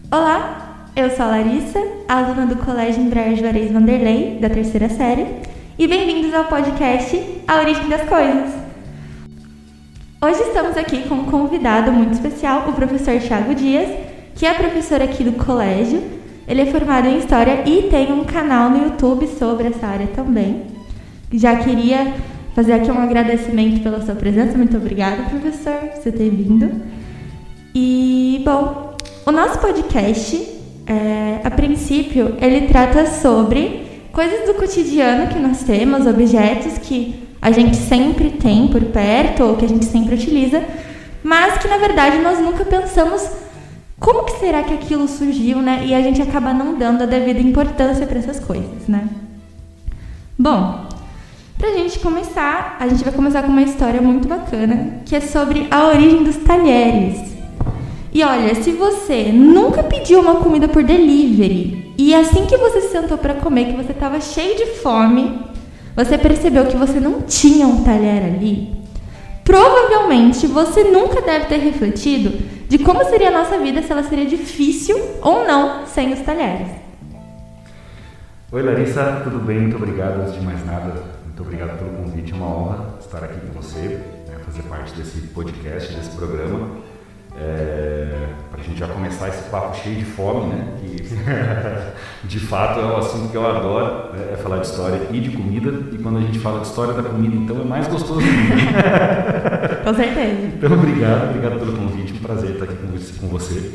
Olá, eu sou a Larissa, aluna do Colégio Embraer Juarez Vanderlei, da 3ª série, e bem-vindos ao podcast A Origem das Coisas. Hoje estamos aqui com um convidado muito especial, o professor Thiago Dias, que é professor aqui do colégio. Ele é formado em História e tem um canal no YouTube sobre essa área também. Já queria fazer aqui um agradecimento pela sua presença. Muito obrigada, professor, por você ter vindo. E, bom, o nosso podcast, a princípio, ele trata sobre coisas do cotidiano que nós temos, objetos que a gente sempre tem por perto ou que a gente sempre utiliza, mas que, na verdade, nós nunca pensamos como que será que aquilo surgiu, né? E a gente acaba não dando a devida importância para essas coisas, né? Bom, pra gente começar, a gente vai começar com uma história muito bacana, que é sobre a origem dos talheres. E olha, se você nunca pediu uma comida por delivery e assim que você se sentou para comer, que você estava cheio de fome, você percebeu que você não tinha um talher ali, provavelmente você nunca deve ter refletido de como seria a nossa vida, se ela seria difícil ou não sem os talheres. Oi Larissa, tudo bem? Muito obrigado, antes de mais nada, muito obrigado pelo convite, é uma honra estar aqui com você, fazer parte desse podcast, desse programa. Para a gente já começar esse papo cheio de fome, né? Que de fato é um assunto que eu adoro, é falar de história e de comida, e quando a gente fala de história da comida, então é mais gostoso ainda. Com certeza. Então obrigado pelo convite, um prazer estar aqui com você.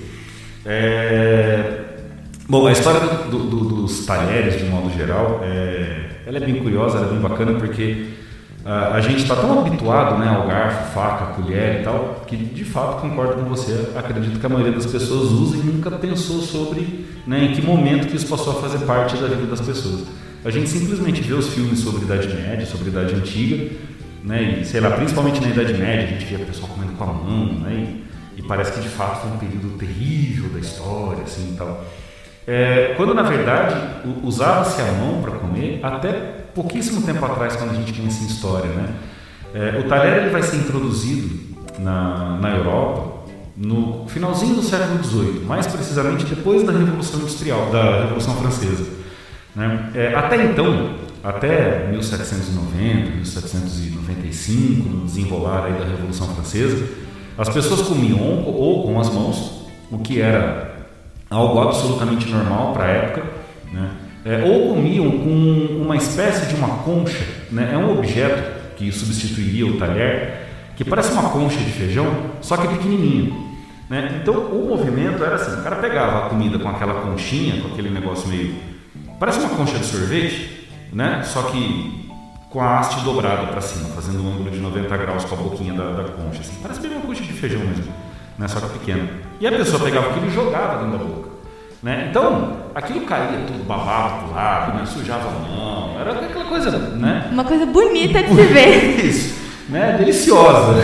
Bom, a história dos talheres, de modo geral, ela é bem curiosa, ela é bem bacana, porque a gente está tão habituado, né, ao garfo, faca, colher e tal, que de fato concordo com você. Acredito que a maioria das pessoas usa e nunca pensou sobre, né, em que momento que isso passou a fazer parte da vida das pessoas. A gente simplesmente vê os filmes sobre Idade Média, sobre Idade Antiga, né, e sei lá, principalmente na Idade Média a gente via o pessoal comendo com a mão, né, e parece que de fato foi um período terrível da história, assim e tal. Quando na verdade usava-se a mão para comer até pouquíssimo tempo atrás, quando a gente pensa em história, né? O talher ele vai ser introduzido na Europa no finalzinho do século XVIII, mais precisamente depois da Revolução Industrial, da Revolução Francesa, né? Até então, até 1790, 1795, no desenrolar aí da Revolução Francesa, as pessoas comiam ou com as mãos, o que era algo absolutamente normal para a época, né? Ou comiam com uma espécie de uma concha, né? É um objeto que substituiria o talher, que parece uma concha de feijão, só que pequenininho, né? Então o movimento era assim, o cara pegava a comida com aquela conchinha, com aquele negócio meio, parece uma concha de sorvete, né? Só que com a haste dobrada para cima, fazendo um ângulo de 90 graus com a boquinha da concha, assim. Parece bem uma concha de feijão mesmo, né? Só que pequena. E a pessoa pegava aquilo e jogava dentro da boca, né? Então, aquilo caía tudo, babava pro lado, né? Sujava a mão, era aquela coisa, né? Uma coisa bonita de se ver. Isso, né? Deliciosa.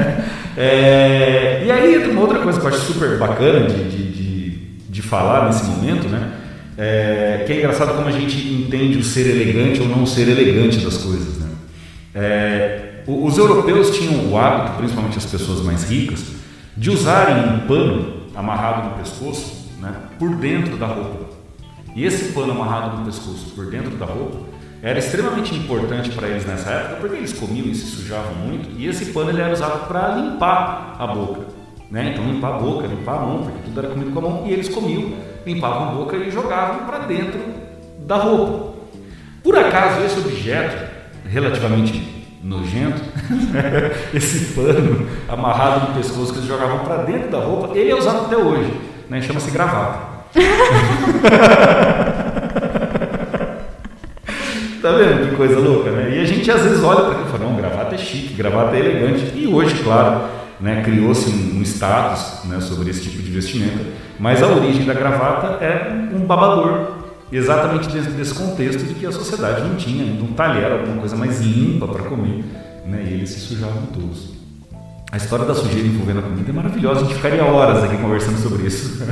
E aí entra uma outra coisa que eu acho super bacana de falar nesse momento, né? Que é engraçado como a gente entende o ser elegante ou não ser elegante das coisas, né? Os europeus tinham o hábito, principalmente as pessoas mais ricas, de usarem um pano amarrado no pescoço, né, por dentro da roupa. E esse pano amarrado no pescoço por dentro da roupa era extremamente importante para eles nessa época, porque eles comiam e se sujavam muito, e esse pano ele era usado para limpar a boca, né? Então limpar a boca, limpar a mão, porque tudo era comido com a mão, e eles comiam, limpavam a boca e jogavam para dentro da roupa. Por acaso esse objeto relativamente nojento, esse pano amarrado no pescoço que eles jogavam para dentro da roupa, ele é usado até hoje, né? Chama-se gravata. Tá vendo que coisa louca, né? E a gente às vezes olha para aquilo e fala, não, gravata é chique, gravata é elegante. E hoje, claro, né, criou-se um status, né, sobre esse tipo de vestimenta, mas a origem da gravata é um babador, exatamente dentro desse contexto de que a sociedade não tinha um talher, alguma coisa mais limpa para comer, né, e eles se sujavam todos. A história da sujeira envolvendo a comida é maravilhosa, a gente ficaria horas aqui conversando sobre isso.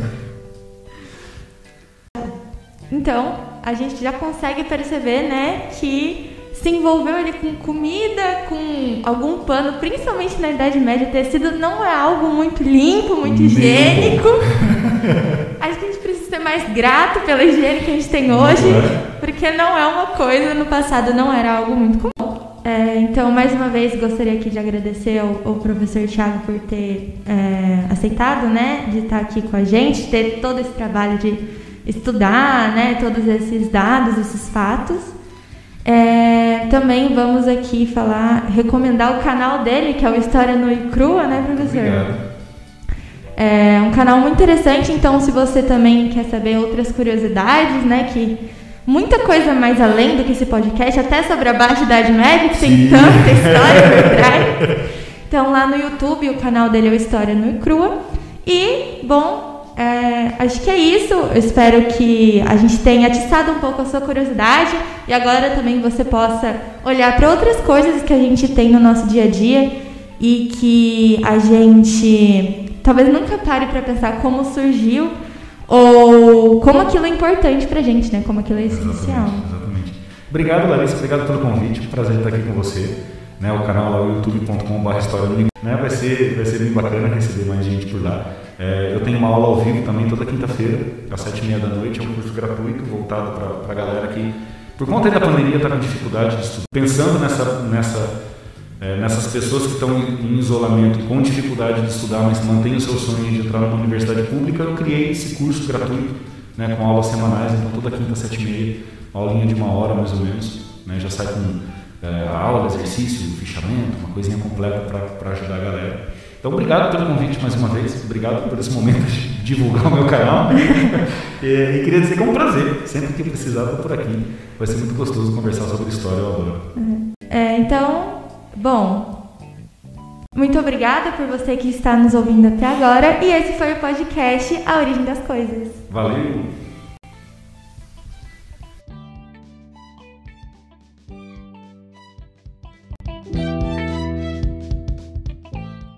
Então, a gente já consegue perceber, né, que se envolveu ali com comida, com algum pano, principalmente na Idade Média, tecido não é algo muito limpo, muito higiênico. Acho que a gente mais grato pela higiene que a gente tem hoje, porque não é uma coisa, no passado não era algo muito comum. Então, mais uma vez, gostaria aqui de agradecer ao professor Thiago por ter aceitado, né, de estar aqui com a gente, ter todo esse trabalho de estudar, né, todos esses dados, esses fatos. Também vamos aqui recomendar o canal dele, que é o História Nua e Crua, né, professor? Obrigado. É um canal muito interessante, então se você também quer saber outras curiosidades, né, que muita coisa mais além do que esse podcast, até sobre a Baixa Idade Média, que tem tanta história por trás. Então lá no YouTube o canal dele é o História Nua e Crua. E, bom, acho que é isso. Eu espero que a gente tenha atiçado um pouco a sua curiosidade e agora também você possa olhar para outras coisas que a gente tem no nosso dia a dia e que a gente talvez nunca pare para pensar como surgiu ou como aquilo é importante pra gente, né? Como aquilo é essencial. Exatamente. Obrigado, Larissa. Obrigado pelo convite. Prazer estar aqui com você. Né, o canal lá, youtube.com/história, né, vai ser bem bacana receber mais gente por lá. Eu tenho uma aula ao vivo também toda quinta-feira, às 7h30 da noite. É um curso gratuito voltado para a galera que, por conta da pandemia, está com dificuldade de estudar. Pensando nessas pessoas que estão em isolamento e com dificuldade de estudar, mas mantêm o seu sonho de entrar numa universidade pública, eu criei esse curso gratuito, né, com aulas semanais. Então, toda quinta, 7h30, uma aulinha de 1 hora mais ou menos, né, já sai com a aula, exercício, fichamento, uma coisinha completa para ajudar a galera. Então, obrigado pelo convite mais uma vez, obrigado por esse momento de divulgar o meu canal. E queria dizer que é um prazer, sempre que precisar, estou por aqui. Vai ser muito gostoso conversar sobre história, eu adoro. Então, bom, muito obrigada por você que está nos ouvindo até agora, e esse foi o podcast A Origem das Coisas. Valeu!